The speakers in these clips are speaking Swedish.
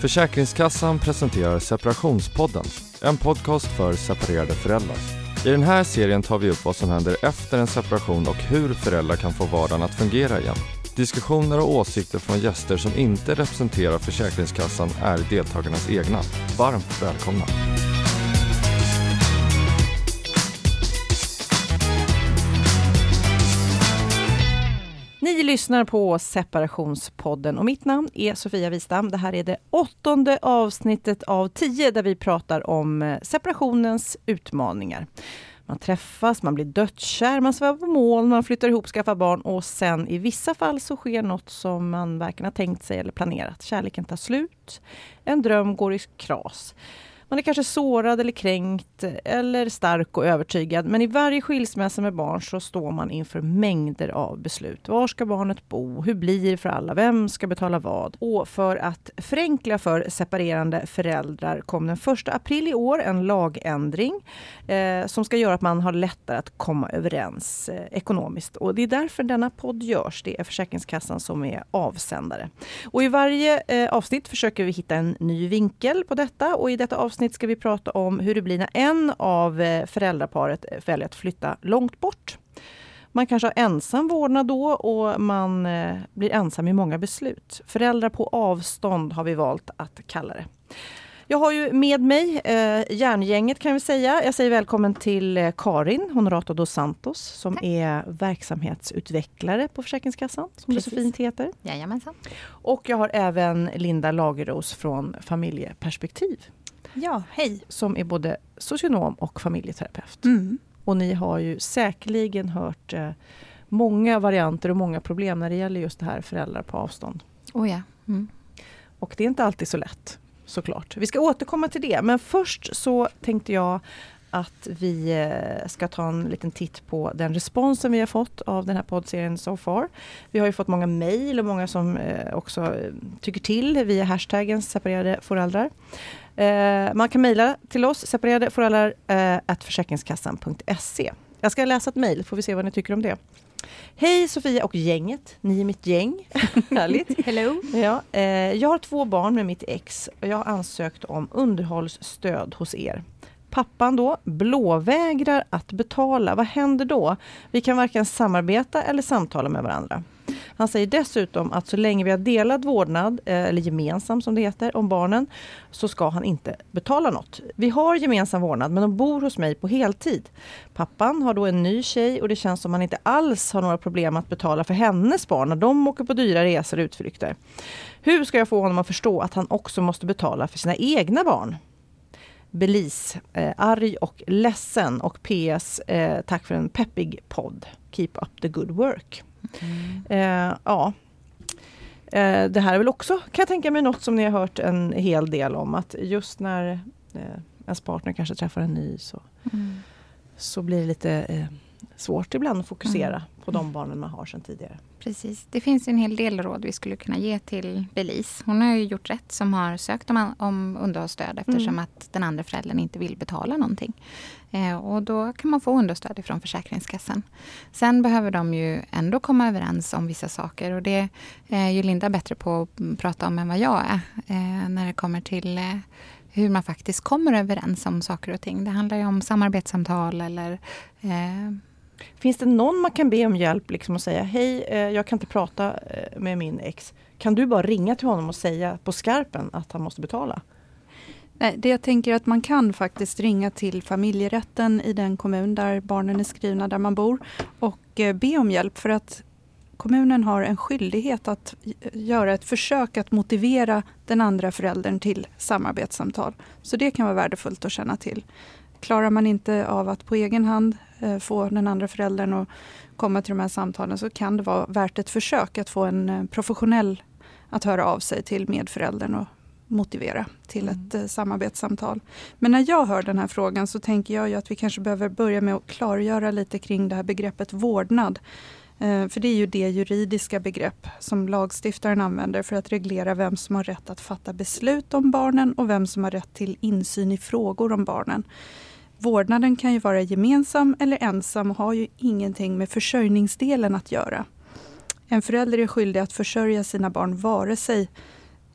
Försäkringskassan presenterar Separationspodden, en podcast för separerade föräldrar. I den här serien tar vi upp vad som händer efter en separation och hur föräldrar kan få vardagen att fungera igen. Diskussioner och åsikter från gäster som inte representerar Försäkringskassan är deltagarnas egna. Varmt välkomna! Ni lyssnar på Separationspodden och mitt namn är Sofia Wistam. Det här är det 8:e avsnittet av 10 där vi pratar om separationens utmaningar. Man träffas, man blir dödskär, man svävar på mål, man flyttar ihop, skaffar barn och sen i vissa fall så sker något som man varken har tänkt sig eller planerat. Kärleken tar slut, en dröm går i kras. Man är kanske sårad eller kränkt eller stark och övertygad. Men i varje skilsmässa med barn så står man inför mängder av beslut. Var ska barnet bo? Hur blir det för alla? Vem ska betala vad? Och för att förenkla för separerande föräldrar kom den 1 april i år en lagändring som ska göra att man har lättare att komma överens ekonomiskt. Och det är därför denna podd görs. Det är Försäkringskassan som är avsändare. Och i varje avsnitt försöker vi hitta en ny vinkel på detta. Och i detta avsnitt ska vi prata om hur det blir när en av föräldraparet väljer att flytta långt bort. Man kanske har ensam vårdnad då och man blir ensam i många beslut. Föräldrar på avstånd har vi valt att kalla det. Jag har ju med mig järngänget kan vi säga. Jag säger välkommen till Karin Honorato dos Santos som är verksamhetsutvecklare på Försäkringskassan som det så fint heter. Jajamensan. Och jag har även Linda Lagerros från Familjeperspektiv. Ja, hej. Som är både socionom och familjeterapeut. Och ni har ju säkerligen hört många varianter och många problem när det gäller just det här föräldrar på avstånd. Oh ja. Och det är inte alltid så lätt, såklart. Vi ska återkomma till det. Men först så tänkte jag att vi ska ta en liten titt på den responsen vi har fått av den här poddserien so far. Vi har ju fått många mejl och många som också tycker till via hashtaggen separerade föräldrar. Man kan mejla till oss separeradeforeldrar@försäkringskassan.se. Jag ska läsa ett mejl, får vi se vad ni tycker om det. Hej Sofia och gänget, ni är mitt gäng. Härligt. Hello. Ja, jag har 2 barn med mitt ex och jag har ansökt om underhållsstöd hos er. Pappan då blåvägrar att betala. Vad händer då? Vi kan varken samarbeta eller samtala med varandra. Han säger dessutom att så länge vi har delad vårdnad, eller gemensam som det heter, om barnen, så ska han inte betala något. Vi har gemensam vårdnad men de bor hos mig på heltid. Pappan har då en ny tjej och det känns som han inte alls har några problem att betala för hennes barn när de åker på dyra resor och utflykter. Hur ska jag få honom att förstå att han också måste betala för sina egna barn? Belize, arg och ledsen och PS, tack för en peppig podd. Keep up the good work. Det här är väl också, kan jag tänka mig, något som ni har hört en hel del om. Att just när ens partner kanske träffar en ny så blir det lite svårt ibland att fokusera på de barnen man har sedan tidigare. Precis. Det finns en hel del råd vi skulle kunna ge till Belize. Hon har ju gjort rätt som har sökt om underhållsstöd eftersom att den andra föräldern inte vill betala någonting. Och då kan man få understöd ifrån Försäkringskassan. Sen behöver de ju ändå komma överens om vissa saker och det är ju Linda bättre på att prata om än vad jag är när det kommer till hur man faktiskt kommer överens om saker och ting. Det handlar ju om samarbetssamtal eller... Finns det någon man kan be om hjälp liksom och säga hej, jag kan inte prata med min ex. Kan du bara ringa till honom och säga på skarpen att han måste betala? Nej, det jag tänker att man kan faktiskt ringa till familjerätten i den kommun där barnen är skrivna, där man bor, och be om hjälp för att kommunen har en skyldighet att göra ett försök att motivera den andra föräldern till samarbetssamtal. Så det kan vara värdefullt att känna till. Klarar man inte av att på egen hand få den andra föräldern att komma till de här samtalen så kan det vara värt ett försök att få en professionell att höra av sig till medföräldern och motivera till ett samarbetssamtal. Men när jag hör den här frågan så tänker jag ju att vi kanske behöver börja med att klargöra lite kring det här begreppet vårdnad. För det är ju det juridiska begrepp som lagstiftaren använder för att reglera vem som har rätt att fatta beslut om barnen och vem som har rätt till insyn i frågor om barnen. Vårdnaden kan ju vara gemensam eller ensam och har ju ingenting med försörjningsdelen att göra. En förälder är skyldig att försörja sina barn vare sig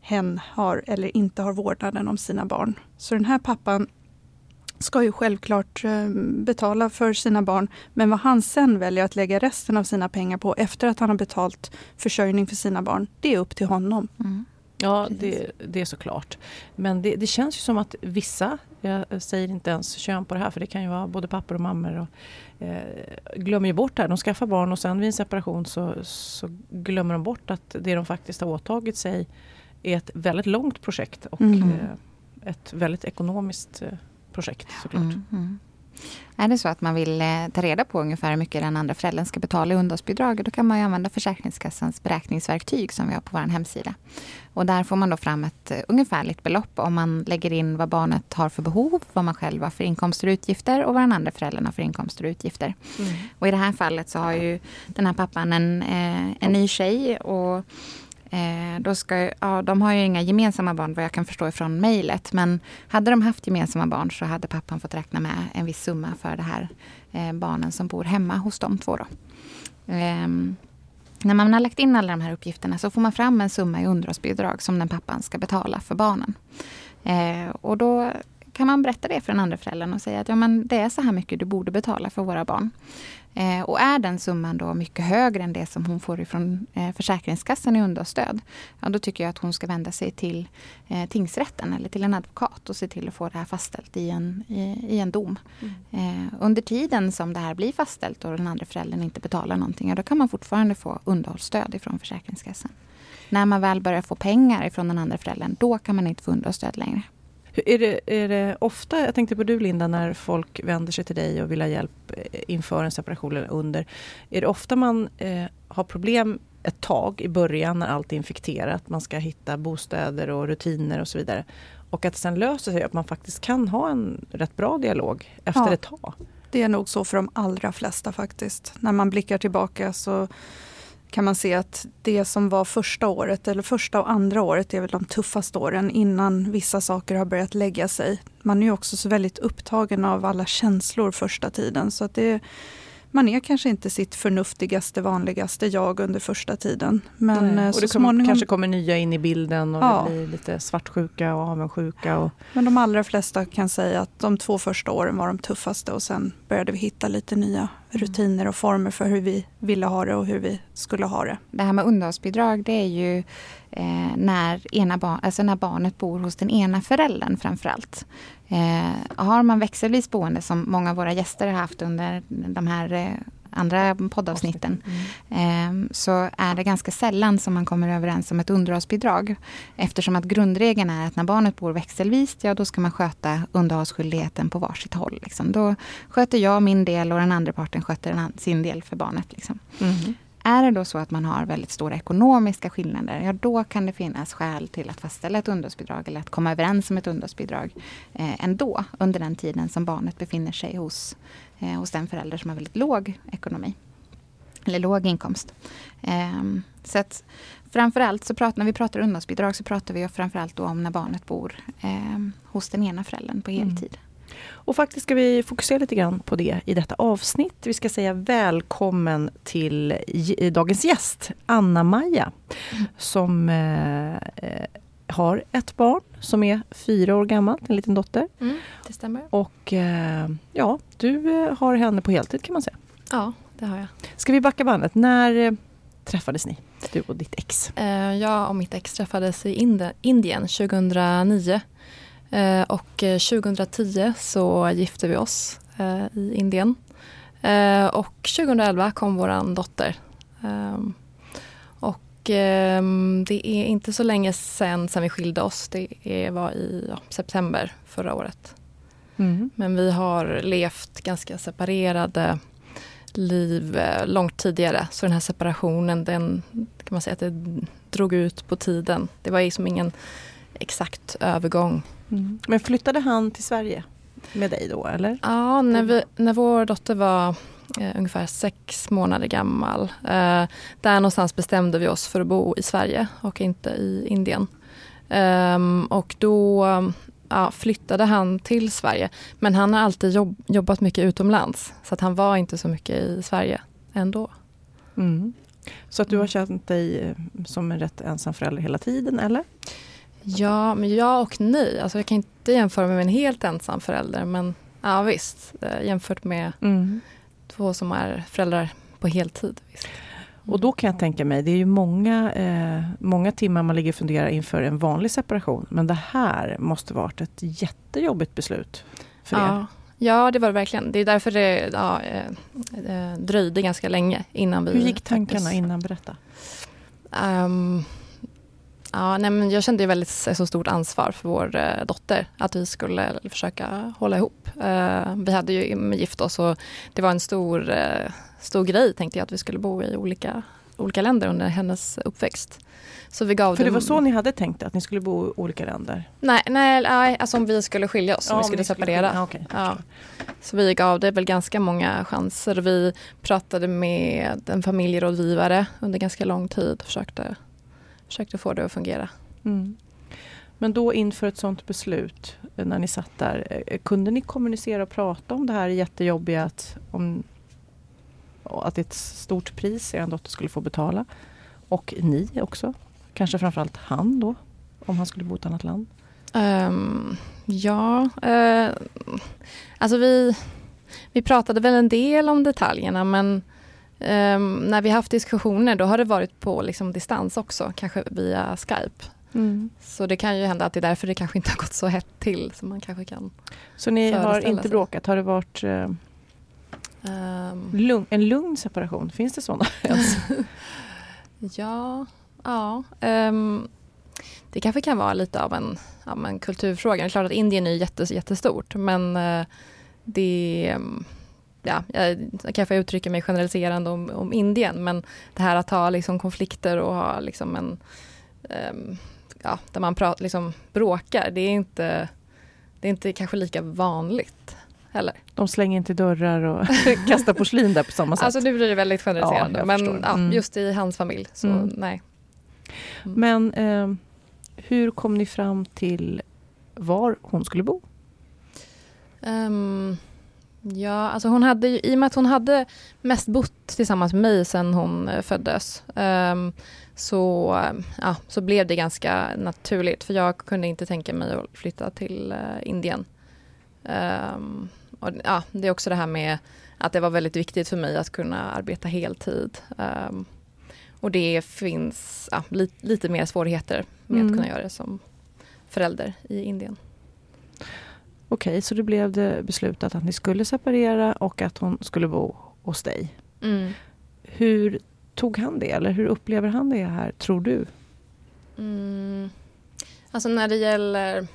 hen har eller inte har vårdnaden om sina barn. Så den här pappan ska ju självklart betala för sina barn, men vad han sen väljer att lägga resten av sina pengar på efter att han har betalt försörjning för sina barn, det är upp till honom. Ja, det är såklart. Men det känns ju som att vissa, jag säger inte ens kön på det här, för det kan ju vara både pappor och mammor, och glömmer ju bort det här. De skaffar barn och sen vid en separation så glömmer de bort att det de faktiskt har åtagit sig är ett väldigt långt projekt och ett väldigt ekonomiskt projekt såklart. Är det så att man vill ta reda på ungefär hur mycket den andra föräldern ska betala i underhållsbidrag, då kan man ju använda Försäkringskassans beräkningsverktyg som vi har på vår hemsida. Och där får man då fram ett ungefärligt belopp om man lägger in vad barnet har för behov, vad man själv har för inkomster och utgifter och vad den andra föräldern har för inkomster och utgifter. Och i det här fallet så har ju den här pappan en ny tjej, och de har ju inga gemensamma barn vad jag kan förstå ifrån mejlet, men hade de haft gemensamma barn så hade pappan fått räkna med en viss summa för det här barnen som bor hemma hos de två då. När man har lagt in alla de här uppgifterna så får man fram en summa i underhållsbidrag som den pappan ska betala för barnen. Och då kan man berätta det för den andra föräldern och säga att men det är så här mycket du borde betala för våra barn. Och är den summan då mycket högre än det som hon får ifrån Försäkringskassan i underhållsstöd, då tycker jag att hon ska vända sig till tingsrätten eller till en advokat och se till att få det här fastställt i en dom. Under tiden som det här blir fastställt och den andra föräldern inte betalar någonting, då kan man fortfarande få underhållsstöd ifrån Försäkringskassan. När man väl börjar få pengar ifrån den andra föräldern, då kan man inte få underhållsstöd längre. Är det ofta, jag tänkte på du Linda, när folk vänder sig till dig och vill ha hjälp inför en separation eller under, är det ofta man har problem ett tag i början när allt är infekterat, man ska hitta bostäder och rutiner och så vidare, och att det sen löser sig att man faktiskt kan ha en rätt bra dialog efter ett tag? Det är nog så för de allra flesta faktiskt. När man blickar tillbaka så kan man se att det som var första året eller första och andra året är väl de tuffaste åren innan vissa saker har börjat lägga sig. Man är ju också så väldigt upptagen av alla känslor första tiden, så att man är kanske inte sitt förnuftigaste, vanligaste jag under första tiden. Men och det kanske kommer nya in i bilden och det blir lite svartsjuka och avundsjuka. Men de allra flesta kan säga att de 2 första åren var de tuffaste, och sen började vi hitta lite nya rutiner och former för hur vi ville ha det och hur vi skulle ha det. Det här med underhållsbidrag, det är ju när barnet bor hos den ena föräldern framförallt. Har man växelvis boende, som många av våra gäster har haft under de här andra poddavsnitten, så är det ganska sällan som man kommer överens om ett underhållsbidrag. Eftersom att grundregeln är att när barnet bor växelvis, då ska man sköta underhållsskyldigheten på varsitt håll. Liksom. Då sköter jag min del och den andra parten sköter sin del för barnet. Liksom. Är det då så att man har väldigt stora ekonomiska skillnader, då kan det finnas skäl till att fastställa ett underhållsbidrag eller att komma överens om ett underhållsbidrag ändå under den tiden som barnet befinner sig hos den förälder som har väldigt låg ekonomi eller låg inkomst. Så att framförallt så när vi pratar underhållsbidrag så pratar vi framförallt då om när barnet bor hos den ena föräldern på heltid. Och faktiskt ska vi fokusera lite grann på det i detta avsnitt. Vi ska säga välkommen till dagens gäst, Anna-Maja, som har ett barn som är 4 år gammalt, en liten dotter. Det stämmer. Och du har henne på heltid kan man säga. Ja, det har jag. Ska vi backa bandet? När träffades ni, du och ditt ex? Jag och mitt ex träffades i Indien 2009. Och 2010 så gifte vi oss i Indien. Och 2011 kom våran dotter. Och det är inte så länge sen vi skilde oss. Det var i september förra året. Men vi har levt ganska separerade liv långt tidigare. Så den här separationen, den kan man säga att det drog ut på tiden. Det var liksom ingen exakt övergång. Men flyttade han till Sverige med dig då, eller? Ja, när vår dotter var ungefär 6 månader gammal. Där någonstans bestämde vi oss för att bo i Sverige och inte i Indien. Och då flyttade han till Sverige. Men han har alltid jobbat mycket utomlands. Så att han var inte så mycket i Sverige ändå. Så att du har känt dig som en rätt ensam förälder hela tiden, eller? Ja, men ja och nej. Alltså jag kan inte jämföra med en helt ensam förälder. Men ja, visst. Jämfört med 2 som är föräldrar på heltid. Visst. Och då kan jag tänka mig, det är ju många timmar man ligger och funderar inför en vanlig separation. Men det här måste varit ett jättejobbigt beslut för er. Ja, det var det verkligen. Det är därför det dröjde ganska länge innan vi... Hur gick tankarna innan? Berätta. Men jag kände ju väldigt så stort ansvar för vår dotter. Att vi skulle försöka hålla ihop. Vi hade ju gift oss och det var en stor grej, tänkte jag, att vi skulle bo i olika länder under hennes uppväxt. Så vi gav för det var så ni hade tänkt, att ni skulle bo i olika länder? Nej, alltså om vi skulle skilja oss, om vi skulle separera. Okay, så vi gav det väl ganska många chanser. Vi pratade med en familjerådgivare under ganska lång tid och försökte få det att fungera. Mm. Men då inför ett sånt beslut, när ni satt där, kunde ni kommunicera och prata om det här jättejobbiga att det är ett stort pris er dotter skulle få betala? Och ni också? Kanske framförallt han då, om han skulle bo i ett annat land? Alltså vi pratade väl en del om detaljerna, men när vi haft diskussioner då har det varit på liksom distans också, kanske via Skype. Så det kan ju hända att det är därför det kanske inte har gått så hett till som man kanske kan. Så ni har inte bråkat? Har det varit en lugn separation? Finns det sådana? Ja. Det kanske kan vara lite av en kulturfråga. Det är klart att Indien är jättestort, men jag kan få uttrycka mig generaliserande om Indien, men det här att ha liksom konflikter och ha liksom där man bråkar, det är inte kanske lika vanligt heller. De slänger inte dörrar och kastar porslin där på samma sätt. Alltså nu blir det väldigt generaliserande, men just i hans familj så nej. Men hur kom ni fram till var hon skulle bo? Alltså hon hade, i och med att hon hade mest bott tillsammans med mig sedan hon föddes, så blev det ganska naturligt, för jag kunde inte tänka mig att flytta till Indien. Och det är också det här med att det var väldigt viktigt för mig att kunna arbeta heltid. Och det finns lite mer svårigheter med att kunna göra det som förälder i Indien. Okej, så det blev det beslutat att ni skulle separera och att hon skulle bo hos dig. Hur tog han det, eller hur upplever han det här, tror du? Alltså när det gäller...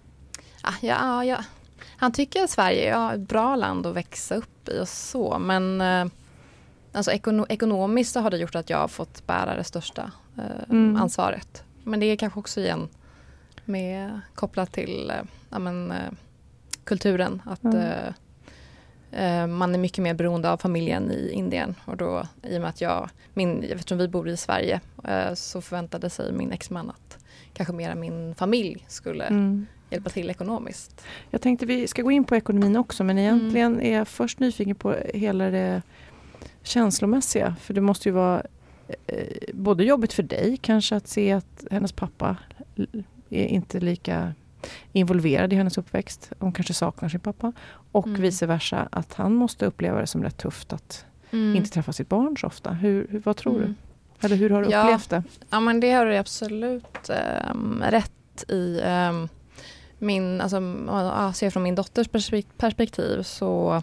Han tycker att Sverige är ett bra land att växa upp i och så, men alltså ekonomiskt så har det gjort att jag har fått bära det största ansvaret. Men det är kanske också igen med kopplat till kulturen, att man är mycket mer beroende av familjen i Indien, och då i och med att eftersom vi bor i Sverige, så förväntade sig min exman att kanske mer min familj skulle hjälpa till ekonomiskt. Jag tänkte vi ska gå in på ekonomin också, men egentligen är jag först nyfiken på hela det känslomässiga, för det måste ju vara både jobbigt för dig kanske att se att hennes pappa är inte lika involverad i hennes uppväxt. Hon kanske saknar sin pappa. Och vice versa, att han måste uppleva det som rätt tufft att inte träffa sitt barn så ofta. Vad tror du? Eller hur har du upplevt det? Ja, men det har du absolut rätt i. Se från min dotters perspektiv, så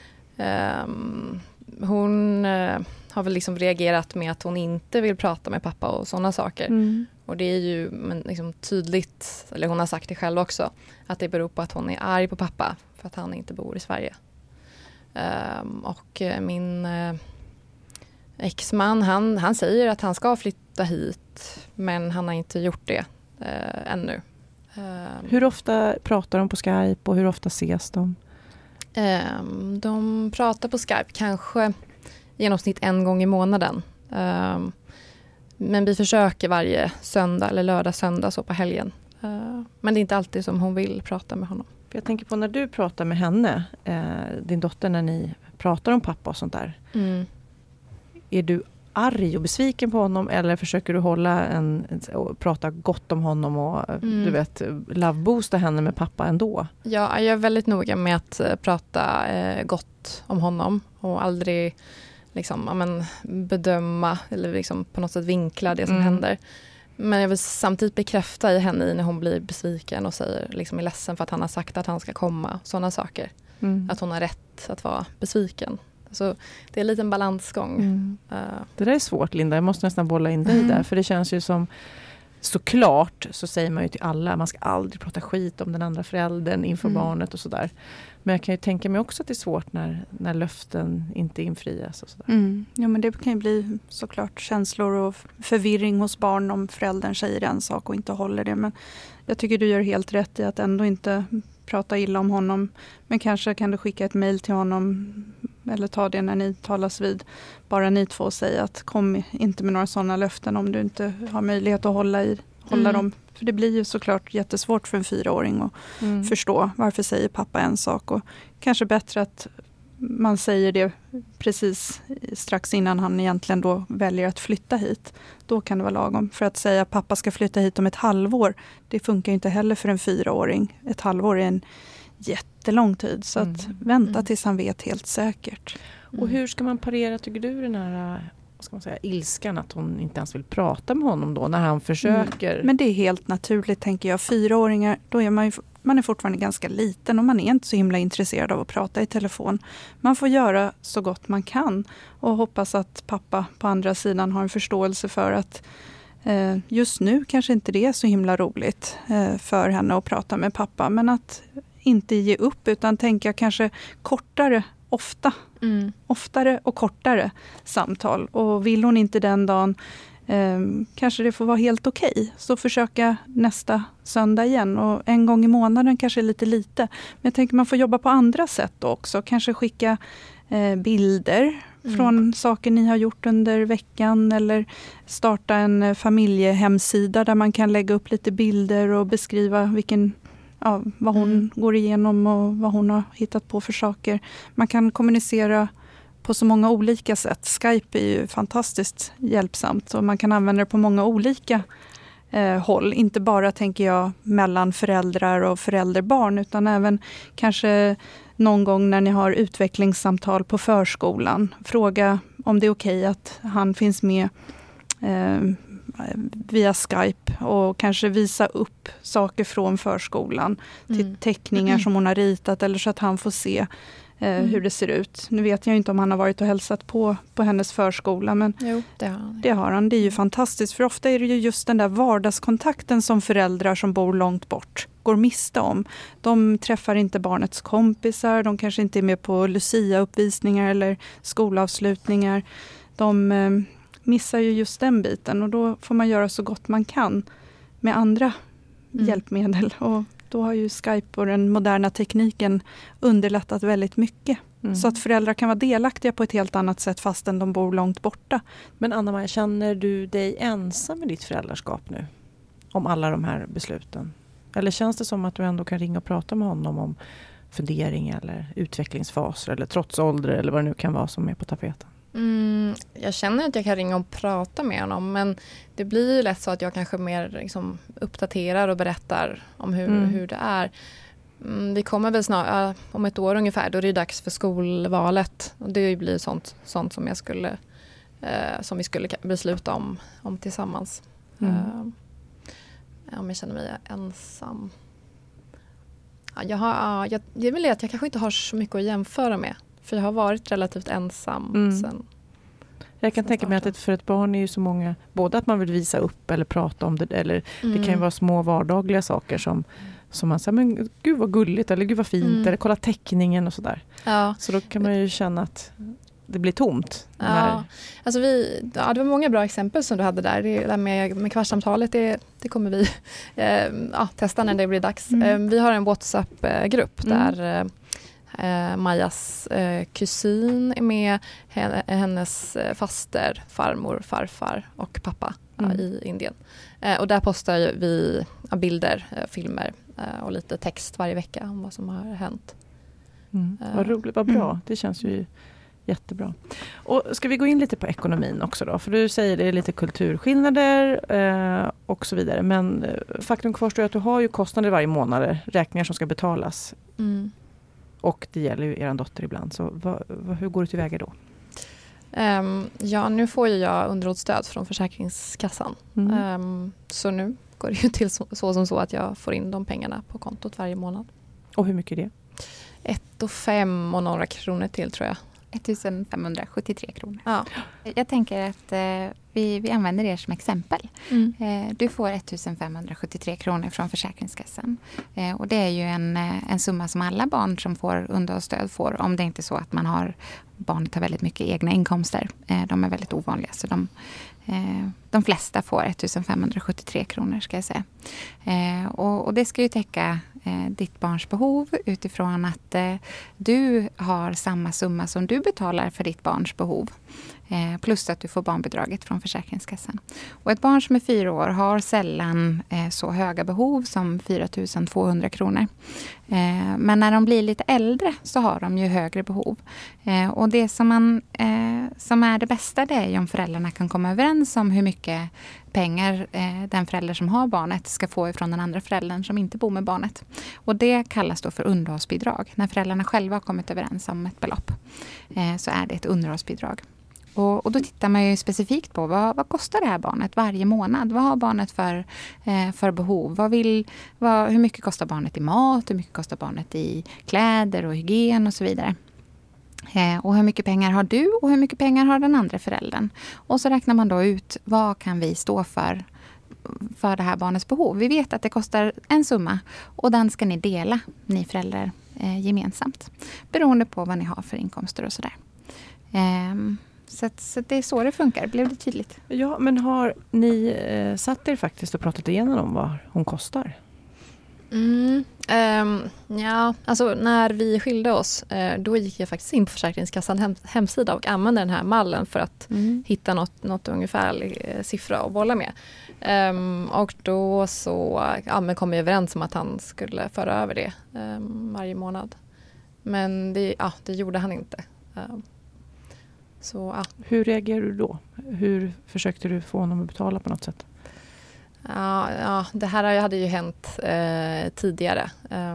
hon har väl liksom reagerat med att hon inte vill prata med pappa och sådana saker. Och det är ju liksom tydligt, eller hon har sagt det själv också, att det beror på att hon är arg på pappa för att han inte bor i Sverige. Och min exman, han säger att han ska flytta hit, men han har inte gjort det ännu. Hur ofta pratar de på Skype och hur ofta ses de? De pratar på Skype kanske i genomsnitt 1 gång i månaden. Men vi försöker varje söndag eller lördag, söndag så på helgen. Men det är inte alltid som hon vill prata med honom. Jag tänker på när du pratar med henne, din dotter, när ni pratar om pappa och sånt där. Är du arg och besviken på honom, eller försöker du hålla och prata gott om honom och du vet, loveboosta henne med pappa ändå? Ja, jag är väldigt noga med att prata gott om honom och aldrig liksom, bedöma eller liksom på något sätt vinkla det som händer. Men jag vill samtidigt bekräfta i henne när hon blir besviken och säger liksom är ledsen för att han har sagt att han ska komma. Sådana saker. Att hon har rätt att vara besviken. Så det är en liten balansgång. Det där är svårt, Linda. Jag måste nästan bolla in dig där. För det känns ju som, såklart så säger man ju till alla, man ska aldrig prata skit om den andra föräldern inför barnet och sådär. Men jag kan ju tänka mig också att det är svårt när löften inte infrias och sådär. Ja, men det kan ju bli såklart känslor och förvirring hos barn om föräldern säger en sak och inte håller det. Men jag tycker du gör helt rätt i att ändå inte prata illa om honom. Men kanske kan du skicka ett mejl till honom eller ta det när ni talas vid. Bara ni två säger att kom inte med några sådana löften om du inte har möjlighet att hålla dem. För det blir ju såklart jättesvårt för en 4-åring att förstå varför säger pappa en sak. Och kanske bättre att man säger det precis strax innan han egentligen då väljer att flytta hit. Då kan det vara lagom. För att säga att pappa ska flytta hit om ett halvår, det funkar inte heller för en 4-åring. Ett halvår är en jättelång tid. Så att vänta tills han vet helt säkert. Och hur ska man parera, tycker du, den här ilskan att hon inte ens vill prata med honom då när han försöker? Men det är helt naturligt, tänker jag. 4-åringar, då är man är fortfarande ganska liten och man är inte så himla intresserad av att prata i telefon. Man får göra så gott man kan och hoppas att pappa på andra sidan har en förståelse för att just nu kanske inte det är så himla roligt för henne att prata med pappa, men att inte ge upp utan tänka kanske oftare och kortare samtal. Och vill hon inte den dagen, kanske det får vara helt okej. Så försöka nästa söndag igen. Och en gång i månaden kanske lite. Men jag tänker man får jobba på andra sätt då också. Kanske skicka bilder från saker ni har gjort under veckan. Eller starta en familjehemsida där man kan lägga upp lite bilder och beskriva vad hon går igenom och vad hon har hittat på för saker. Man kan kommunicera på så många olika sätt. Skype är ju fantastiskt hjälpsamt och man kan använda det på många olika håll. Inte bara, tänker jag, mellan föräldrar och förälderbarn utan även kanske någon gång när ni har utvecklingssamtal på förskolan. Fråga om det är okej att han finns med via Skype och kanske visa upp saker från förskolan till teckningar som hon har ritat eller så att han får se hur det ser ut. Nu vet jag inte om han har varit och hälsat på hennes förskola, men jo, det har han. Det är ju fantastiskt, för ofta är det ju just den där vardagskontakten som föräldrar som bor långt bort går miste om. De träffar inte barnets kompisar, de kanske inte är med på Lucia-uppvisningar eller skolavslutningar. De missar ju just den biten och då får man göra så gott man kan med andra hjälpmedel. Och då har ju Skype och den moderna tekniken underlättat väldigt mycket. Så att föräldrar kan vara delaktiga på ett helt annat sätt fastän de bor långt borta. Men Anna-Maja, känner du dig ensam i ditt föräldraskap nu? Om alla de här besluten? Eller känns det som att du ändå kan ringa och prata med honom om fundering eller utvecklingsfaser eller trotsålder eller vad det nu kan vara som är på tapeten? Jag känner att jag kan ringa och prata med honom, men det blir ju lätt så att jag kanske mer liksom uppdaterar och berättar om hur det är. Vi kommer väl snart om ett år ungefär, då är det dags för skolvalet och det blir sånt som som vi skulle besluta om tillsammans. Om jag känner mig ensam. Det är väl det att jag kanske inte har så mycket att jämföra med. För jag har varit relativt ensam sen. Jag kan tänka mig att för ett barn är ju så många, både att man vill visa upp eller prata om det, eller det kan ju vara små vardagliga saker som man säger, men gud vad gulligt, eller gud vad fint, eller kolla teckningen och sådär. Ja. Så då kan man ju känna att det blir tomt. Ja, alltså det var många bra exempel som du hade där. Det där med kvartssamtalet, det kommer vi testa när det blir dags. Vi har en WhatsApp-grupp där Majas kusin är med, hennes faster, farmor, farfar och pappa i Indien. Och där postar vi bilder, filmer och lite text varje vecka om vad som har hänt. Vad roligt, vad bra. Det känns ju Jättebra. Och ska vi gå in lite på ekonomin också då? För du säger det är lite kulturskillnader och så vidare. Men faktum kvarstår att du har ju kostnader varje månad, räkningar som ska betalas. Mm. Och det gäller ju er dotter ibland. Så hur går du tillväga då? Ja, nu får ju jag underhållsstöd från Försäkringskassan. Så nu går det ju till så att jag får in de pengarna på kontot varje månad. Och hur mycket är det? 1 500 och några kronor till tror jag. 1573 kronor. Ja. Jag tänker att vi använder det som exempel. Du får 1573 kronor från Försäkringskassan. Och det är ju en summa som alla barn som får underhållsstöd får. Om det inte är så att barnet har väldigt mycket egna inkomster. De är väldigt ovanliga. Så de flesta får 1573 kronor ska jag säga. Och det ska ju täcka ditt barns behov utifrån att du har samma summa som du betalar för ditt barns behov. Plus att du får barnbidraget från Försäkringskassan. Och ett barn som är 4 år har sällan så höga behov som 4 200 kronor. Men när de blir lite äldre så har de ju högre behov. Och det som är det bästa, det är ju om föräldrarna kan komma överens om hur mycket pengar den förälder som har barnet ska få ifrån den andra föräldern som inte bor med barnet. Och det kallas då för underhållsbidrag. När föräldrarna själva har kommit överens om ett belopp så är det ett underhållsbidrag. Och då tittar man ju specifikt på vad kostar det här barnet varje månad? Vad har barnet för behov? Hur mycket kostar barnet i mat? Hur mycket kostar barnet i kläder och hygien och så vidare? Och hur mycket pengar har du och hur mycket pengar har den andra föräldern? Och så räknar man då ut vad kan vi stå för det här barnets behov. Vi vet att det kostar en summa och den ska ni dela, ni föräldrar, gemensamt. Beroende på vad ni har för inkomster och sådär. Så det är så det funkar. Blev det tydligt? Ja, men har ni satt er faktiskt och pratat igenom om vad hon kostar? Ja, alltså när vi skilde oss då gick jag faktiskt in på Försäkringskassans hemsida och använde den här mallen för att hitta något ungefärlig siffra att bolla med. Och då så men kom vi överens om att han skulle föra över det varje månad. Men det gjorde han inte. Så, ja. Hur reagerade du då? Hur försökte du få honom att betala på något sätt? Ja, det här hade ju hänt tidigare.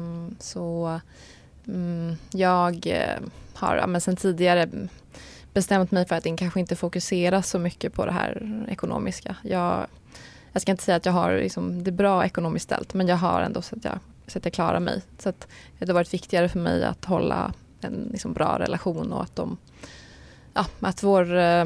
Jag har sen tidigare bestämt mig för att kanske inte fokusera så mycket på det här ekonomiska. Jag ska inte säga att jag har liksom det bra ekonomiskt ställt, men jag har ändå så att jag klarar mig. Så att det har varit viktigare för mig att hålla en liksom bra relation och att vår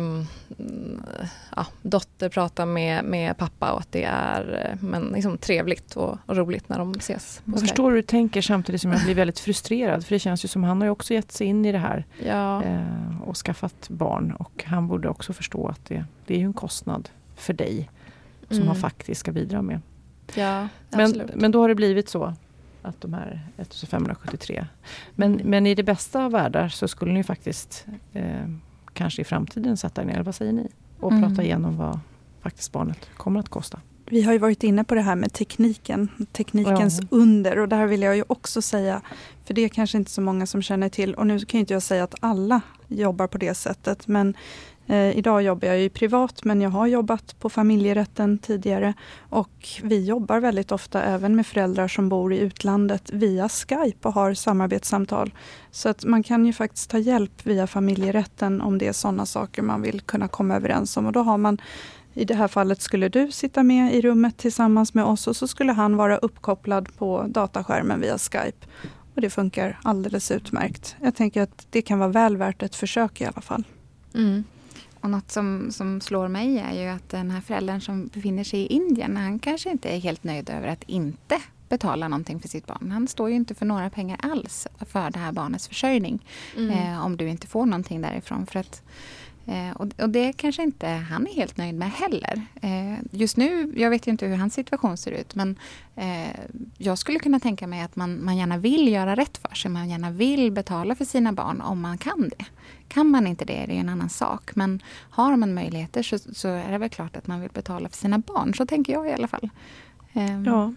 dotter pratar med pappa och att det är liksom trevligt och roligt när de ses. Jag förstår hur du tänker samtidigt som jag blir väldigt frustrerad. För det känns ju som han har ju också gett sig in i det här och skaffat barn. Och han borde också förstå att det är ju en kostnad för dig som han faktiskt ska bidra med. Ja, absolut. Men då har det blivit så att de här 1573. Men i det bästa av världar så skulle ni faktiskt kanske i framtiden sätta er ner, eller vad säger ni? Och prata igenom vad faktiskt barnet kommer att kosta. Vi har ju varit inne på det här med teknikens under, och där vill jag ju också säga, för det är kanske inte så många som känner till, och nu kan inte jag säga att alla jobbar på det sättet, men idag jobbar jag ju privat, men jag har jobbat på familjerätten tidigare, och vi jobbar väldigt ofta även med föräldrar som bor i utlandet via Skype och har samarbetssamtal. Så att man kan ju faktiskt ta hjälp via familjerätten om det är sådana saker man vill kunna komma överens om, och då har man, i det här fallet skulle du sitta med i rummet tillsammans med oss, och så skulle han vara uppkopplad på dataskärmen via Skype. Och det funkar alldeles utmärkt. Jag tänker att det kan vara väl värt ett försök i alla fall. Mm. Och något som slår mig är ju att den här föräldern som befinner sig i Indien, han kanske inte är helt nöjd över att inte betala någonting för sitt barn. Han står ju inte för några pengar alls för det här barnets försörjning om du inte får någonting därifrån. För att, och det kanske inte han är helt nöjd med heller. Just nu, jag vet ju inte hur hans situation ser ut, men jag skulle kunna tänka mig att man gärna vill göra rätt för sig. Man gärna vill betala för sina barn om man kan det. Kan man inte det är det en annan sak. Men har man möjligheter så är det väl klart att man vill betala för sina barn. Så tänker jag i alla fall. Ja,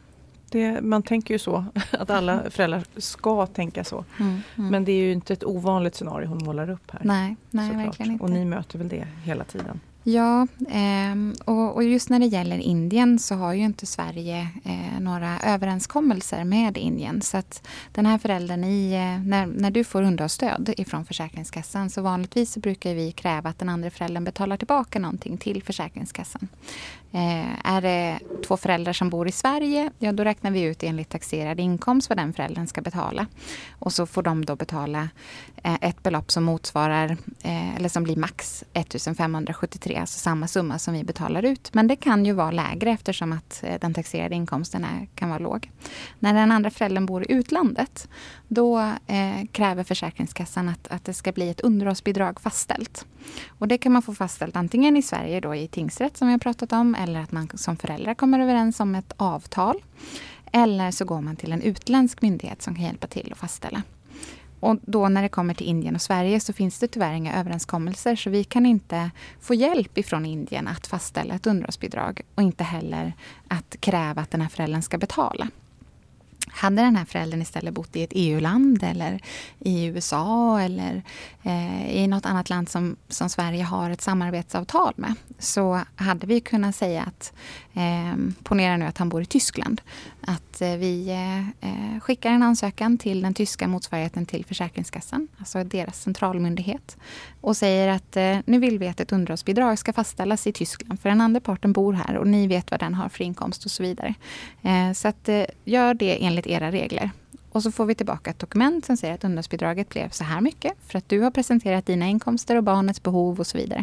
Man tänker ju så, att alla föräldrar ska tänka så. Men det är ju inte ett ovanligt scenario hon målar upp här. Nej, såklart. verkligen inte. Och ni möter väl det hela tiden? Ja, och just när det gäller Indien så har ju inte Sverige några överenskommelser med Indien. Så att den här föräldern, när du får underhållsstöd ifrån Försäkringskassan, så vanligtvis så brukar vi kräva att den andra föräldern betalar tillbaka någonting till Försäkringskassan. Är det 2 föräldrar som bor i Sverige, ja då räknar vi ut enligt taxerad inkomst vad den föräldern ska betala. Och så får de då betala ett belopp som motsvarar, eller som blir max 1573, alltså samma summa som vi betalar ut. Men det kan ju vara lägre eftersom att den taxerade inkomsten kan vara låg. När den andra föräldern bor i utlandet, då kräver Försäkringskassan att det ska bli ett underhållsbidrag fastställt. Och det kan man få fastställt antingen i Sverige då i tingsrätt som vi har pratat om, eller att man som föräldrar kommer överens om ett avtal. Eller så går man till en utländsk myndighet som kan hjälpa till att fastställa. Och då när det kommer till Indien och Sverige så finns det tyvärr inga överenskommelser, så vi kan inte få hjälp ifrån Indien att fastställa ett underhållsbidrag och inte heller att kräva att den här föräldern ska betala. Hade den här föräldern istället bott i ett EU-land eller i USA eller i något annat land som Sverige har ett samarbetsavtal med, så hade vi kunnat säga att, ponera nu att han bor i Tyskland, att vi skickar en ansökan till den tyska motsvarigheten till Försäkringskassan, alltså deras centralmyndighet, och säger att nu vill vi att ett underhållsbidrag ska fastställas i Tyskland för den andra parten bor här och ni vet vad den har för inkomst och så vidare. Så att gör det enligt era regler. Och så får vi tillbaka ett dokument som säger att underhållsbidraget blev så här mycket för att du har presenterat dina inkomster och barnets behov och så vidare.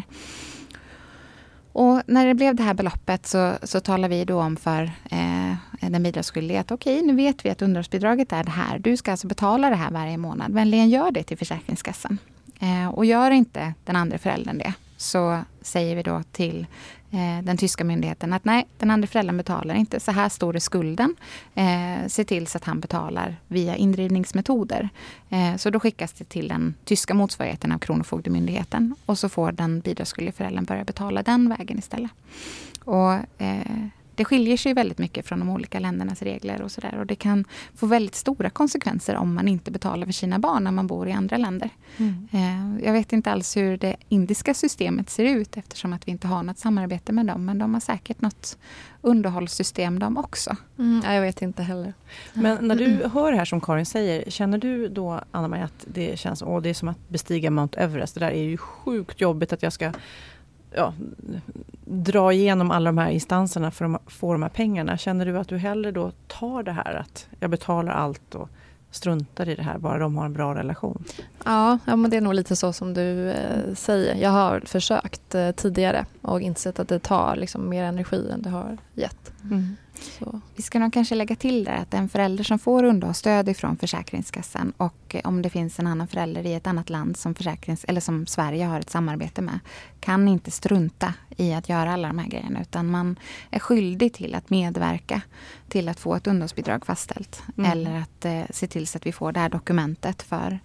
Och när det blev det här beloppet så talar vi då om för den bidragsskyldiga att okej, nu vet vi att underhållsbidraget är det här. Du ska alltså betala det här varje månad. Vänligen gör det till Försäkringskassan. Och gör inte den andra föräldern det, så säger vi då till den tyska myndigheten att nej, den andra föräldern betalar inte. Så här står det skulden. Se till så att han betalar via indrivningsmetoder. Så då skickas det till den tyska motsvarigheten av Kronofogdemyndigheten. Och så får den bidragsskyldiga föräldern börja betala den vägen istället. Och det skiljer sig väldigt mycket från de olika ländernas regler och sådär. Och det kan få väldigt stora konsekvenser om man inte betalar för sina barn när man bor i andra länder. Jag vet inte alls hur det indiska systemet ser ut eftersom att vi inte har något samarbete med dem. Men de har säkert något underhållssystem de också. Jag vet inte heller. Men när du hör det här som Karin säger, känner du då, Anna-Maja, att det känns, det är som att bestiga Mount Everest. Det där är ju sjukt jobbigt att jag ska dra igenom alla de här instanserna för att få de här pengarna. Känner du att du hellre då tar det här att jag betalar allt och struntar i det här, bara de har en bra relation? Ja, men det är nog lite så som du säger. Jag har försökt tidigare och insett att det tar liksom mer energi än det har gett. Så. Vi ska nog kanske lägga till där att en förälder som får underhållsstöd ifrån Försäkringskassan och om det finns en annan förälder i ett annat land som eller som Sverige har ett samarbete med, kan inte strunta i att göra alla de här grejerna, utan man är skyldig till att medverka till att få ett underhållsbidrag fastställt eller att se till så att vi får det här dokumentet för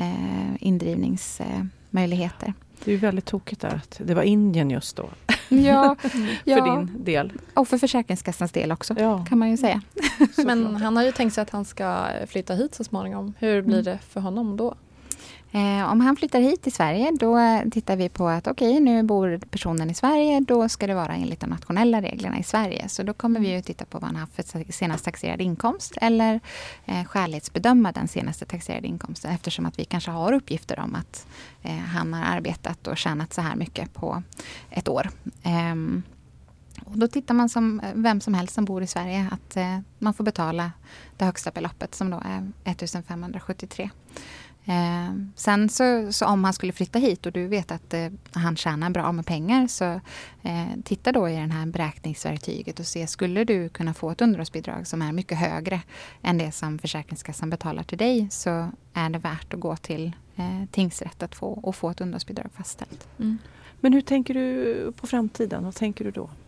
indrivningsmöjligheter. Det är ju väldigt tokigt där att det var Indien just då. Ja, för din del. Och för Försäkringskassans del också, kan man ju säga. Men han har ju tänkt sig att han ska flytta hit så småningom. Hur blir det för honom då? Om han flyttar hit till Sverige, då tittar vi på att okej, nu bor personen i Sverige, då ska det vara enligt de nationella reglerna i Sverige. Så då kommer vi ju titta på vad han har för senaste taxerad inkomst eller skälighetsbedöma den senaste taxerade inkomsten, eftersom att vi kanske har uppgifter om att han har arbetat och tjänat så här mycket på ett år. Och då tittar man som vem som helst som bor i Sverige att man får betala det högsta beloppet som då är 1573. Sen så om han skulle flytta hit och du vet att han tjänar bra med pengar, så titta då i den här beräkningsverktyget och se, skulle du kunna få ett underhållsbidrag som är mycket högre än det som Försäkringskassan betalar till dig, så är det värt att gå till tingsrätt att få ett underhållsbidrag fastställt. Men hur tänker du på framtiden? Vad tänker du då?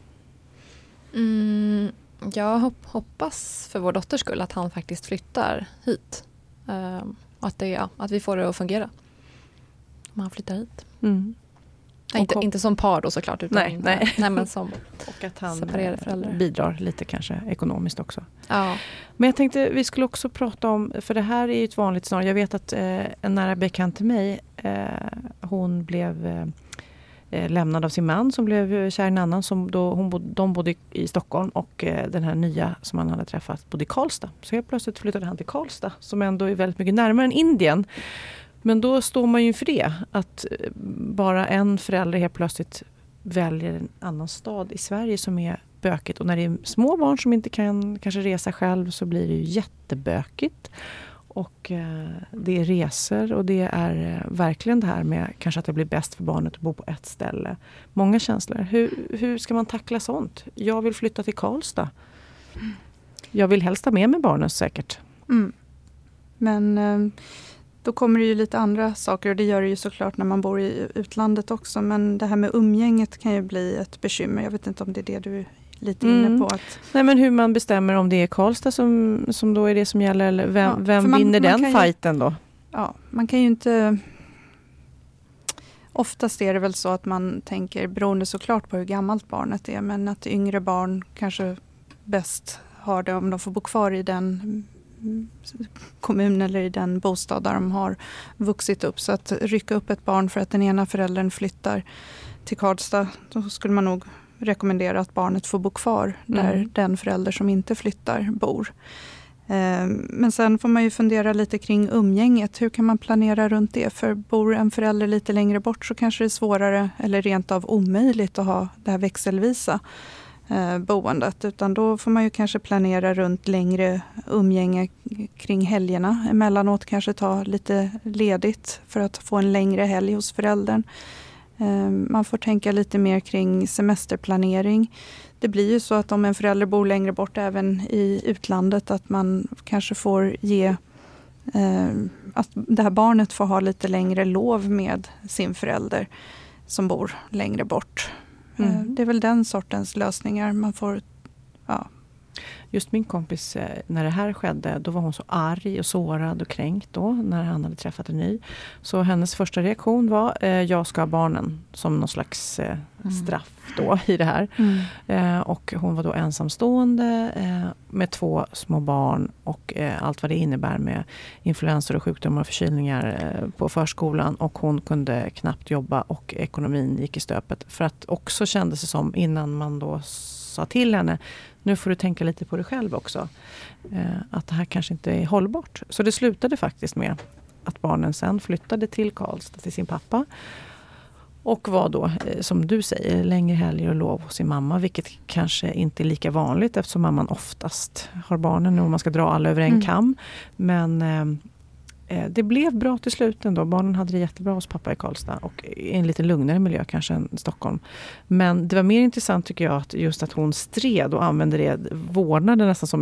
Jag hoppas för vår dotters skull att han faktiskt flyttar hit. Att vi får det att fungera om han flyttar hit. Inte som par då såklart, utan nej. Men som och att han separerade föräldrar. Bidrar lite kanske ekonomiskt också. Ja. Men jag tänkte vi skulle också prata om, för det här är ju ett vanligt scenario. Jag vet att en nära bekant till mig, hon blev lämnad av sin man som blev kär i en annan. De bodde i Stockholm och den här nya som han hade träffat bodde i Karlstad. Så helt plötsligt flyttade han till Karlstad som ändå är väldigt mycket närmare än Indien. Men då står man ju för det, att bara en förälder helt plötsligt väljer en annan stad i Sverige som är bökigt. Och när det är små barn som inte kan kanske resa själv så blir det ju jättebökigt. Och det är resor och det är verkligen det här med kanske att det blir bäst för barnet att bo på ett ställe. Många känslor. Hur ska man tackla sånt? Jag vill flytta till Karlstad. Jag vill helst ha med mig barnen säkert. Mm. Men då kommer det ju lite andra saker och det gör det ju såklart när man bor i utlandet också. Men det här med umgänget kan ju bli ett bekymmer. Jag vet inte om det är det du är lite inne på. Nej, men hur man bestämmer om det är Karlstad som då är det som gäller eller vem vinner den fighten då? Ja, man kan ju inte... Oftast är det väl så att man tänker, beroende såklart på hur gammalt barnet är, men att yngre barn kanske bäst har det om de får bo kvar i den kommun eller i den bostad där de har vuxit upp. Så att rycka upp ett barn för att den ena föräldern flyttar till Karlstad, då skulle man nog rekommendera att barnet får bo kvar där den förälder som inte flyttar bor. Men sen får man ju fundera lite kring umgänget. Hur kan man planera runt det? För bor en förälder lite längre bort så kanske det är svårare eller rent av omöjligt att ha det här växelvisa boendet. Utan då får man ju kanske planera runt längre umgänge kring helgerna. Emellanåt kanske ta lite ledigt för att få en längre helg hos föräldern. Man får tänka lite mer kring semesterplanering. Det blir ju så att om en förälder bor längre bort även i utlandet att man kanske får ge att det här barnet får ha lite längre lov med sin förälder som bor längre bort. Det är väl den sortens lösningar man får. Ja. Just min kompis, när det här skedde, då var hon så arg och sårad och kränkt då när han hade träffat en ny. Så hennes första reaktion var, jag ska ha barnen som någon slags straff då i det här. Och hon var då ensamstående med 2 små barn och allt vad det innebär med influenser och sjukdomar och förkylningar på förskolan. Och hon kunde knappt jobba och ekonomin gick i stöpet. För att också kändes det som innan man då sa till henne, nu får du tänka lite på dig själv också. Att det här kanske inte är hållbart. Så det slutade faktiskt med att barnen sen flyttade till Karlstad till sin pappa. Och var då, som du säger, längre helger och lov hos sin mamma. Vilket kanske inte är lika vanligt eftersom mamman oftast har barnen och man ska dra alla över en kam. Men det blev bra till slut ändå. Barnen hade det jättebra hos pappa i Karlstad och i en lite lugnare miljö kanske än Stockholm. Men det var mer intressant tycker jag att just att hon stred och använde det, vårdnaden nästan som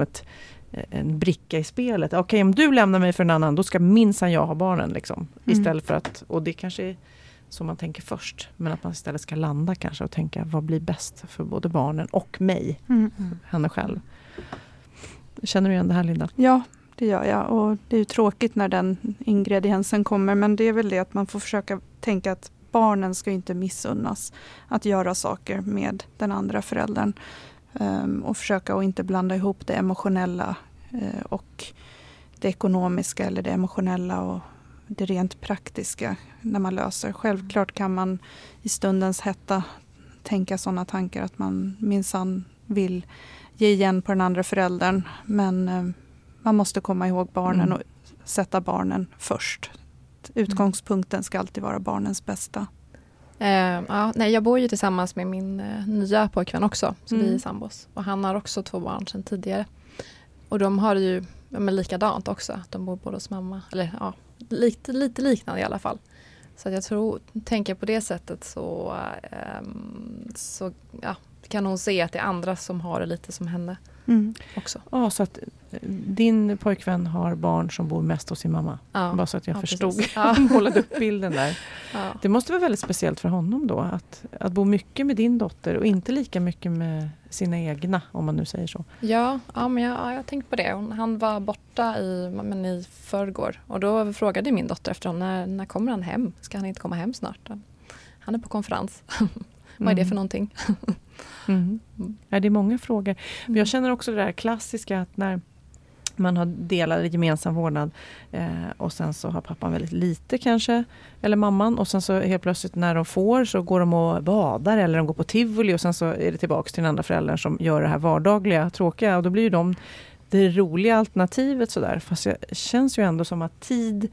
en bricka i spelet. Okej, om du lämnar mig för en annan, då ska minsann jag ha barnen liksom. Istället för att, och det kanske är så man tänker först, men att man istället ska landa kanske och tänka vad blir bäst för både barnen och mig, henne själv. Känner du igen det här, Linda? Ja, det gör jag. Och det är ju tråkigt när den ingrediensen kommer. Men det är väl det att man får försöka tänka att barnen ska inte missunnas att göra saker med den andra föräldern. Och försöka att inte blanda ihop det emotionella och det ekonomiska eller det emotionella och det rent praktiska när man löser. Självklart kan man i stundens hetta tänka sådana tankar att man minsann vill ge igen på den andra föräldern. Men man måste komma ihåg barnen och sätta barnen först. Utgångspunkten ska alltid vara barnens bästa. Jag bor ju tillsammans med min nya pojkvän också. Så vi är sambos. Och han har också 2 barn sedan tidigare. Och de har ju likadant också. De bor både hos mamma. Eller ja, lite liknande i alla fall. Så att jag tänker på det sättet så kan hon se att det är andra som har det lite som henne också. Ja, så att din pojkvän har barn som bor mest hos sin mamma. Ja. Bara så att jag förstod. Målade upp bilden där. Ja. Det måste vara väldigt speciellt för honom då. Att bo mycket med din dotter och inte lika mycket med sina egna, om man nu säger så. Ja, men jag har tänkt på det. Han var borta i förrgår. Och då frågade min dotter efter honom, när kommer han hem? Ska han inte komma hem snart? han är på konferens. Vad är det för någonting? Ja, det är många frågor. Men jag känner också det där klassiska att när man har delad gemensam vårdnad och sen så har pappan väldigt lite kanske, eller mamman, och sen så helt plötsligt när de får så går de och badar eller de går på tivoli och sen så är det tillbaka till den andra föräldern som gör det här vardagliga, tråkiga, och då blir ju de det roliga alternativet sådär. Fast det känns ju ändå som att tid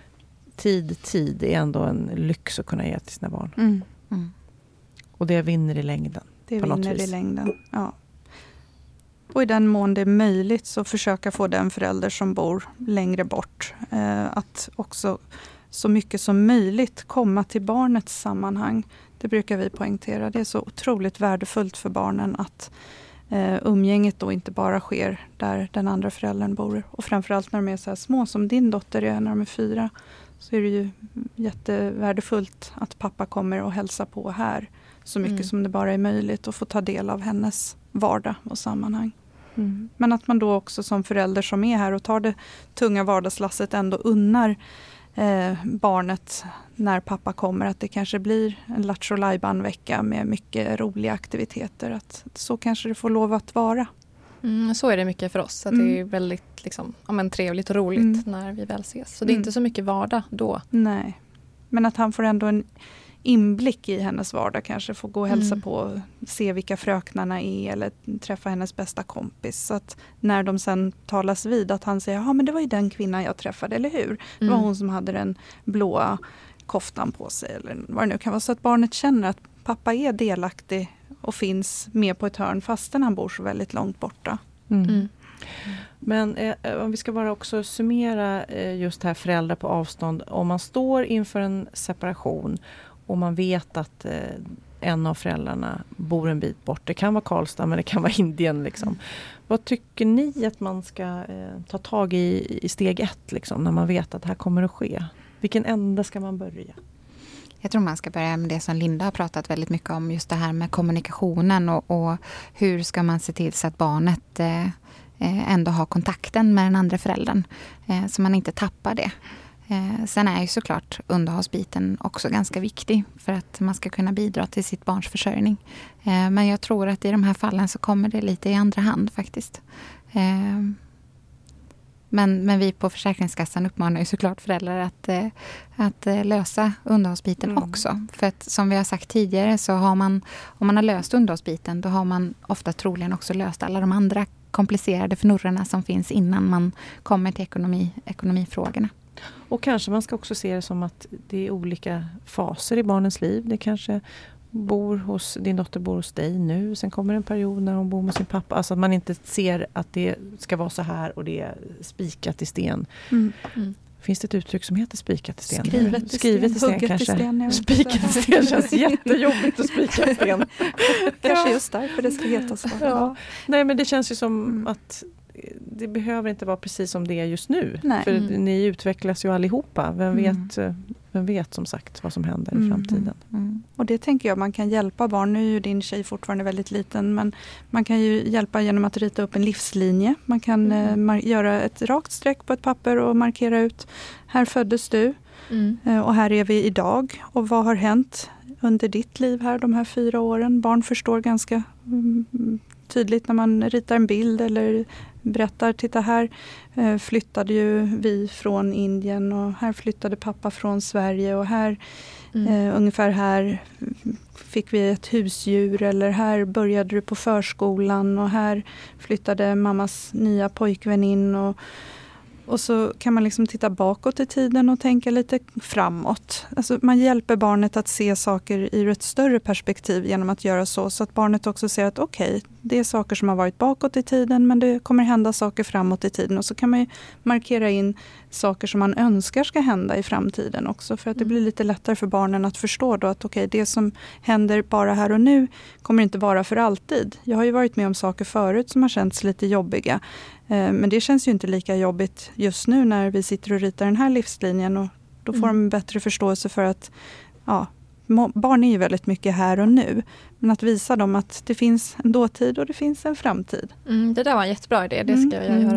är ändå en lyx att kunna ge till sina barn. Och det vinner i längden. Det på vinner något vis. i längden, ja. Och i den mån det är möjligt så försöka få den förälder som bor längre bort att också så mycket som möjligt komma till barnets sammanhang. Det brukar vi poängtera. Det är så otroligt värdefullt för barnen att umgänget då inte bara sker där den andra föräldern bor. Och framförallt när de är så här små som din dotter är när de är 4, så är det ju jättevärdefullt att pappa kommer och hälsar på här så mycket som det bara är möjligt och få ta del av hennes vardag och sammanhang. Men att man då också som förälder som är här och tar det tunga vardagslasset ändå unnar barnet när pappa kommer, att det kanske blir en Lattjo Lajban-vecka med mycket roliga aktiviteter. Att så kanske det får lov att vara. Så är det mycket för oss. Att det är väldigt liksom, trevligt och roligt när vi väl ses. Så det är inte så mycket vardag då. Nej, men att han får ändå en inblick i hennes vardag, kanske få gå och hälsa på, se vilka fröknarna är eller träffa hennes bästa kompis. Så att när de sen talas vid att han säger, ja men det var ju den kvinnan jag träffade, eller hur? Det var hon som hade den blåa koftan på sig eller vad det nu kan vara. Så att barnet känner att pappa är delaktig och finns med på ett hörn fastän han bor så väldigt långt borta. Men om vi ska bara också summera just det här föräldrar på avstånd. Om man står inför en separation och man vet att en av föräldrarna bor en bit bort. Det kan vara Karlstad men det kan vara Indien. Liksom. Vad tycker ni att man ska ta tag i steg 1 liksom, när man vet att det här kommer att ske? Vilken ände ska man börja? Jag tror man ska börja med det som Linda har pratat väldigt mycket om. Just det här med kommunikationen och hur ska man se till så att barnet ändå har kontakten med den andra föräldern. Så man inte tappar det. Sen är ju såklart underhållsbiten också ganska viktig för att man ska kunna bidra till sitt barns försörjning. Men jag tror att i de här fallen så kommer det lite i andra hand faktiskt. Men vi på Försäkringskassan uppmanar ju såklart föräldrar att lösa underhållsbiten också. För att som vi har sagt tidigare så har man, om man har löst underhållsbiten, då har man ofta troligen också löst alla de andra komplicerade fnurrorna som finns innan man kommer till ekonomifrågorna. Och kanske man ska också se det som att det är olika faser i barnens liv. Det kanske din dotter bor hos dig nu. Sen kommer en period när hon bor med sin pappa. Alltså att man inte ser att det ska vara så här och det är spikat i sten. Finns det ett uttryck som heter spikat i sten? Skrivet i sten kanske. Spikat i sten känns jättejobbigt att spika i sten. Kanske just därför det ska heta så. Ja. Nej, men det känns ju som att det behöver inte vara precis som det är just nu. Nej. För ni utvecklas ju allihopa. Vem vet som sagt vad som händer i framtiden. Och det tänker jag man kan hjälpa barn. Nu är ju din tjej fortfarande väldigt liten, men man kan ju hjälpa genom att rita upp en livslinje. Man kan göra ett rakt streck på ett papper och markera ut, här föddes du och här är vi idag. Och vad har hänt under ditt liv här de här 4 åren? Barn förstår ganska tydligt när man ritar en bild eller berättar, titta här flyttade ju vi från Indien och här flyttade pappa från Sverige och här ungefär här fick vi ett husdjur eller här började du på förskolan och här flyttade mammas nya pojkvän in och så kan man liksom titta bakåt i tiden och tänka lite framåt. Alltså man hjälper barnet att se saker i ett större perspektiv genom att göra så att barnet också ser att okej, det är saker som har varit bakåt i tiden men det kommer hända saker framåt i tiden. Och så kan man ju markera in saker som man önskar ska hända i framtiden också, för att det blir lite lättare för barnen att förstå då att okej, det som händer bara här och nu kommer inte vara för alltid. Jag har ju varit med om saker förut som har känts lite jobbiga. Men det känns ju inte lika jobbigt just nu när vi sitter och ritar den här livslinjen, och då får de bättre förståelse för att barn är ju väldigt mycket här och nu. Men att visa dem att det finns en dåtid och det finns en framtid. Det där var en jättebra idé, det ska jag göra.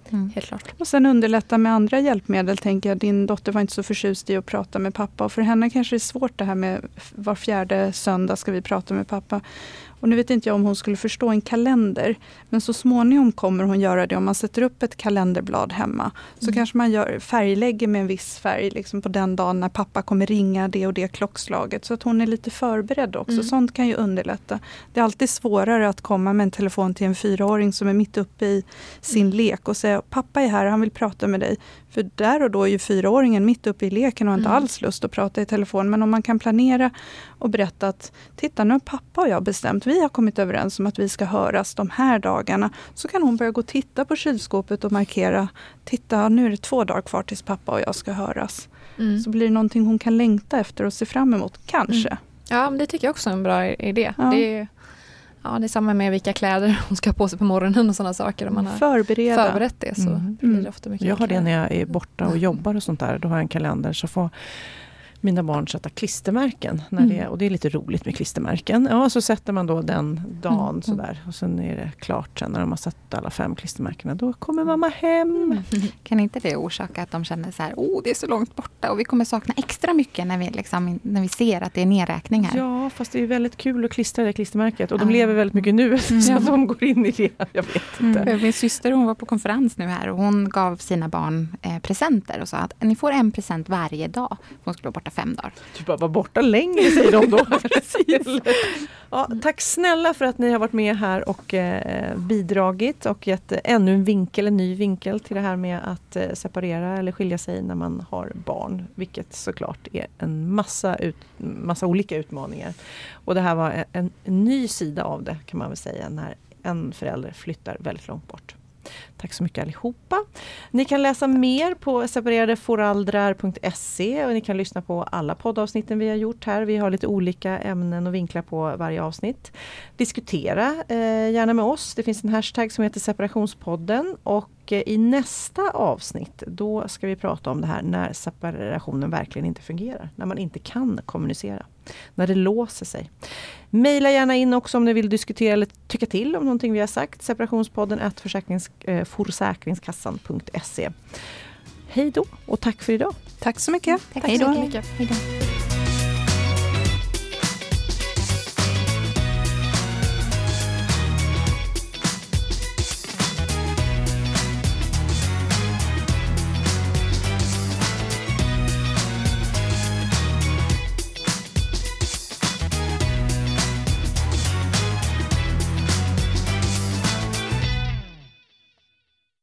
Helt klart. Och sen underlätta med andra hjälpmedel, tänker jag. Din dotter var inte så förtjust i att prata med pappa. Och för henne kanske det är svårt det här med var 4:e söndag ska vi prata med pappa. Och nu vet inte jag om hon skulle förstå en kalender. Men så småningom kommer hon göra det om man sätter upp ett kalenderblad hemma. Så kanske man färglägger med en viss färg liksom på den dagen när pappa kommer ringa det och det klockslaget. Så att hon är lite förberedd också. Sånt kan ju underlätta. Det är alltid svårare att komma med en telefon till en 4-åring som är mitt uppe i sin lek och säga pappa är här, han vill prata med dig. För där och då är ju 4-åringen mitt uppe i leken och har inte alls lust att prata i telefon. Men om man kan planera och berätta att titta, nu har pappa och jag bestämt. Vi har kommit överens om att vi ska höras de här dagarna. Så kan hon börja gå och titta på kylskåpet och markera. Titta, nu är det 2 dagar kvar tills pappa och jag ska höras. Så blir det någonting hon kan längta efter och se fram emot, kanske. Ja, men det tycker jag också är en bra idé. Ja. Det är samma med vilka kläder hon ska ha på sig på morgonen och sådana saker. Om man har förberett det så blir det ofta mycket Jag har det enklare. när jag är borta och jobbar och sånt där. Då har jag en kalender så får mina barn sätta klistermärken. Och det är lite roligt med klistermärken. Ja, så sätter man då den dagen sådär. Och sen är det klart sen när de har satt alla 5 klistermärkena. Då kommer mamma hem. Kan inte det orsaka att de känner så här, det är så långt borta och vi kommer sakna extra mycket när vi ser att det är nedräkning här? Ja, fast det är väldigt kul att klistra det klistermärket. Och de lever väldigt mycket nu så att de går in i det. Jag vet inte. Min syster, hon var på konferens nu här och hon gav sina barn presenter och sa att ni får en present varje dag. Hon skulle vara borta 5 dagar. Du bara var borta längre, säger de då. Ja, tack snälla för att ni har varit med här och bidragit och gett ännu en ny vinkel till det här med att separera eller skilja sig när man har barn. Vilket såklart är en massa olika utmaningar. Och det här var en ny sida av det, kan man väl säga, när en förälder flyttar väldigt långt bort. Tack så mycket allihopa. Ni kan läsa mer på separeradeföräldrar.se och ni kan lyssna på alla poddavsnitten vi har gjort här. Vi har lite olika ämnen och vinklar på varje avsnitt. Diskutera gärna med oss. Det finns en hashtag som heter separationspodden och i nästa avsnitt då ska vi prata om det här när separationen verkligen inte fungerar. När man inte kan kommunicera. När det låser sig. Maila gärna in också om ni vill diskutera eller tycka till om någonting vi har sagt. Separationspodden @försäkringskassan.se. Hej då och tack för idag. Tack så mycket. Hej då.